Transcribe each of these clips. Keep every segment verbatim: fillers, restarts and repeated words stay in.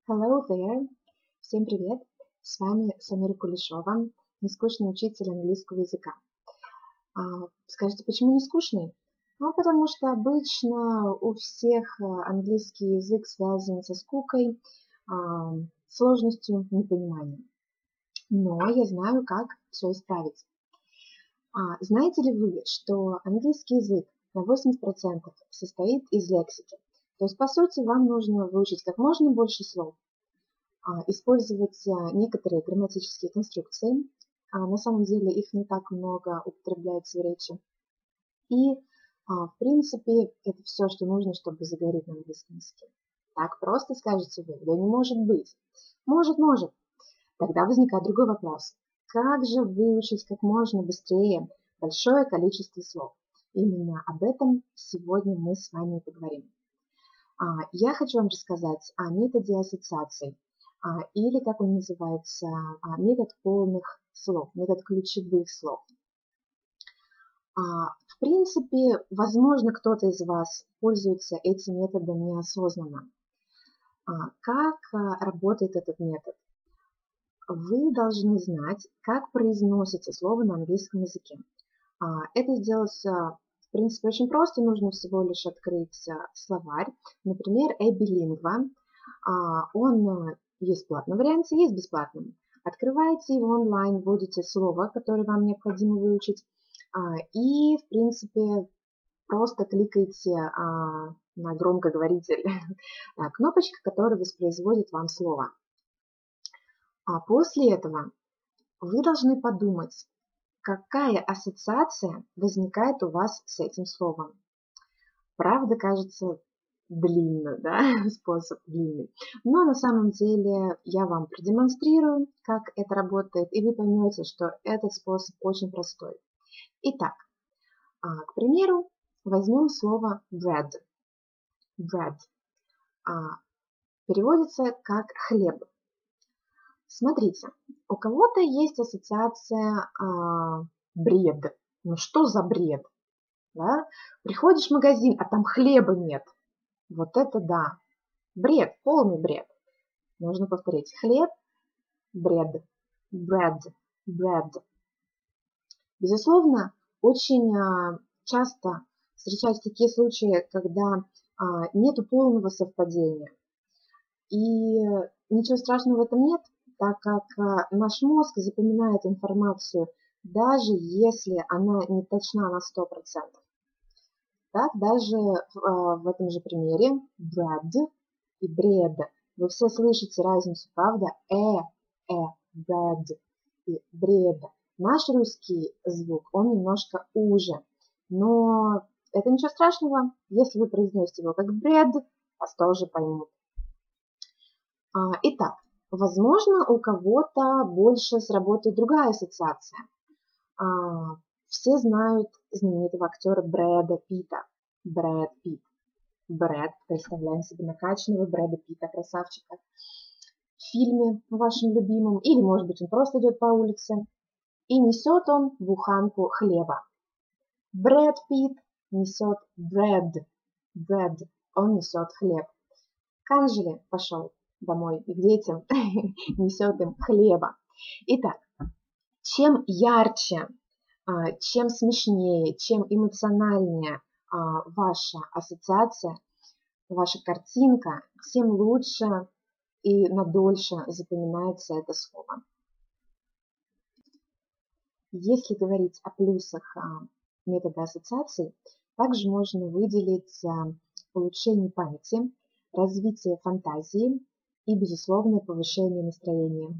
Hello there! Всем привет! С вами Самира Кулешова, нескучный учитель английского языка. А, скажете, почему не скучный? Ну, потому что обычно у всех английский язык связан со скукой, а, сложностью, непониманием. Но я знаю, как все исправить. А, знаете ли вы, что английский язык на восемьдесят процентов состоит из лексики? То есть, по сути, вам нужно выучить как можно больше слов, использовать некоторые грамматические конструкции. На самом деле их не так много употребляется в речи. И, в принципе, это все, что нужно, чтобы заговорить на английском языке. Так просто скажете вы? Да не может быть. Может, может. Тогда возникает другой вопрос. Как же выучить как можно быстрее большое количество слов? Именно об этом сегодня мы с вами поговорим. Я хочу вам рассказать о методе ассоциаций, или, как он называется, метод полных слов, метод ключевых слов. В принципе, возможно, кто-то из вас пользуется этим методом неосознанно. Как работает этот метод? Вы должны знать, как произносится слово на английском языке. Это сделать, в принципе, очень просто. Нужно всего лишь открыть словарь. Например, Эбилингва. Он есть в платном варианте, есть в бесплатном. Открываете его онлайн, вводите слово, которое вам необходимо выучить, и, в принципе, просто кликаете на громкоговоритель, кнопочка, которая воспроизводит вам слово. А после этого вы должны подумать, какая ассоциация возникает у вас с этим словом. Правда, кажется, длинно, да, способ длинный. Но на самом деле я вам продемонстрирую, как это работает, и вы поймете, что этот способ очень простой. Итак, к примеру, возьмем слово bread. Bread переводится как хлеб. Смотрите, у кого-то есть ассоциация бред. Ну что за бред? Да? Приходишь в магазин, а там хлеба нет. Вот это да. Бред, полный бред. Нужно повторить. Хлеб, бред, bread, bread. Безусловно, очень часто встречаются такие случаи, когда нету полного совпадения. И ничего страшного в этом нет, так как наш мозг запоминает информацию, даже если она не точна на сто процентов. Так, даже в этом же примере bread и bread. Вы все слышите разницу, правда? Э, э, bread и bread. Наш русский звук, он немножко уже, но это ничего страшного, если вы произносите его как bread, вас тоже поймут. Итак, возможно, у кого-то больше сработает другая ассоциация. Все знают знаменитого актера Брэда Питта. Брэд Питт. Брэд, представляем себе накачанного Брэда Питта, красавчика. В фильме вашем любимом, или, может быть, он просто идет по улице, и несет он буханку хлеба. Брэд Питт несет bread. Bread. Он несет хлеб. Канжели пошел домой и к детям несет им хлеба. Итак, чем ярче, чем смешнее, чем эмоциональнее ваша ассоциация, ваша картинка, тем лучше и надольше запоминается это слово. Если говорить о плюсах метода ассоциаций, также можно выделить улучшение памяти, развитие фантазии и, безусловно, повышение настроения.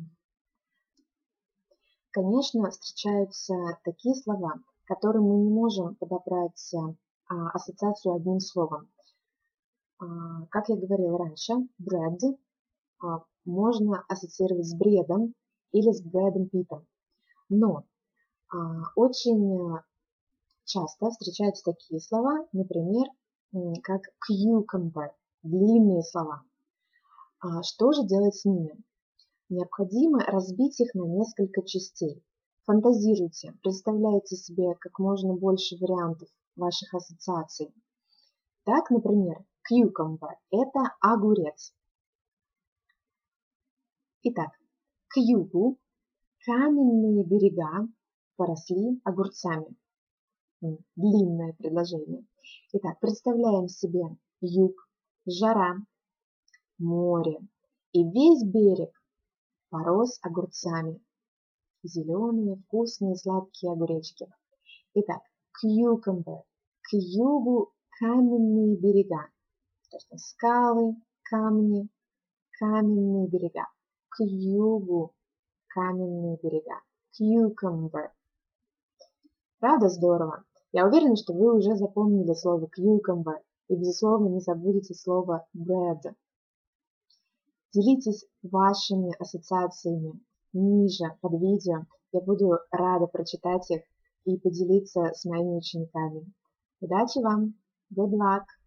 Конечно, встречаются такие слова, которым мы не можем подобрать ассоциацию одним словом. Как я говорила раньше, bread можно ассоциировать с бредом или с Брэдом Питтом. Но очень часто встречаются такие слова, например, как cucumber, длинные слова. Что же делать с ними? Необходимо разбить их на несколько частей. Фантазируйте, представляйте себе как можно больше вариантов ваших ассоциаций. Так, например, cucumber – это огурец. Итак, к югу каменные берега поросли огурцами. Длинное предложение. Итак, представляем себе юг, жара, море, и весь берег порос огурцами. Зеленые, вкусные, сладкие огуречки. Итак, cucumber. К югу каменные берега. То есть скалы, камни, каменные берега. К югу каменные берега. Cucumber. Правда здорово? Я уверена, что вы уже запомнили слово cucumber и, безусловно, не забудете слово bread. Делитесь вашими ассоциациями ниже под видео. Я буду рада прочитать их и поделиться с моими учениками. Удачи вам! Good luck!